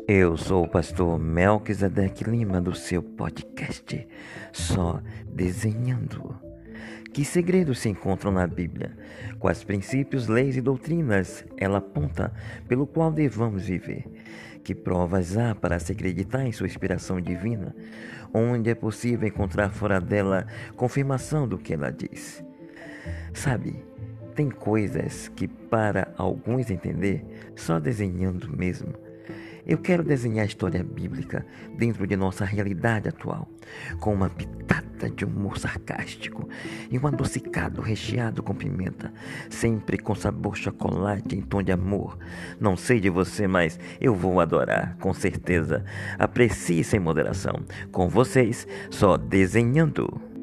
Eu sou o pastor Melquisedeque Lima do seu podcast Só Desenhando. Que segredos se encontram na Bíblia? Quais princípios, leis e doutrinas ela aponta pelo qual devamos viver? Que provas há para se acreditar em sua inspiração divina? Onde é possível encontrar fora dela confirmação do que ela diz? Sabe, tem coisas que para alguns entender só desenhando mesmo. Eu quero desenhar a história bíblica dentro de nossa realidade atual, com uma pitada de humor sarcástico e um adocicado recheado com pimenta, sempre com sabor chocolate em tom de amor. Não sei de você, mas eu vou adorar, com certeza. Aprecie sem moderação. Com vocês, só desenhando.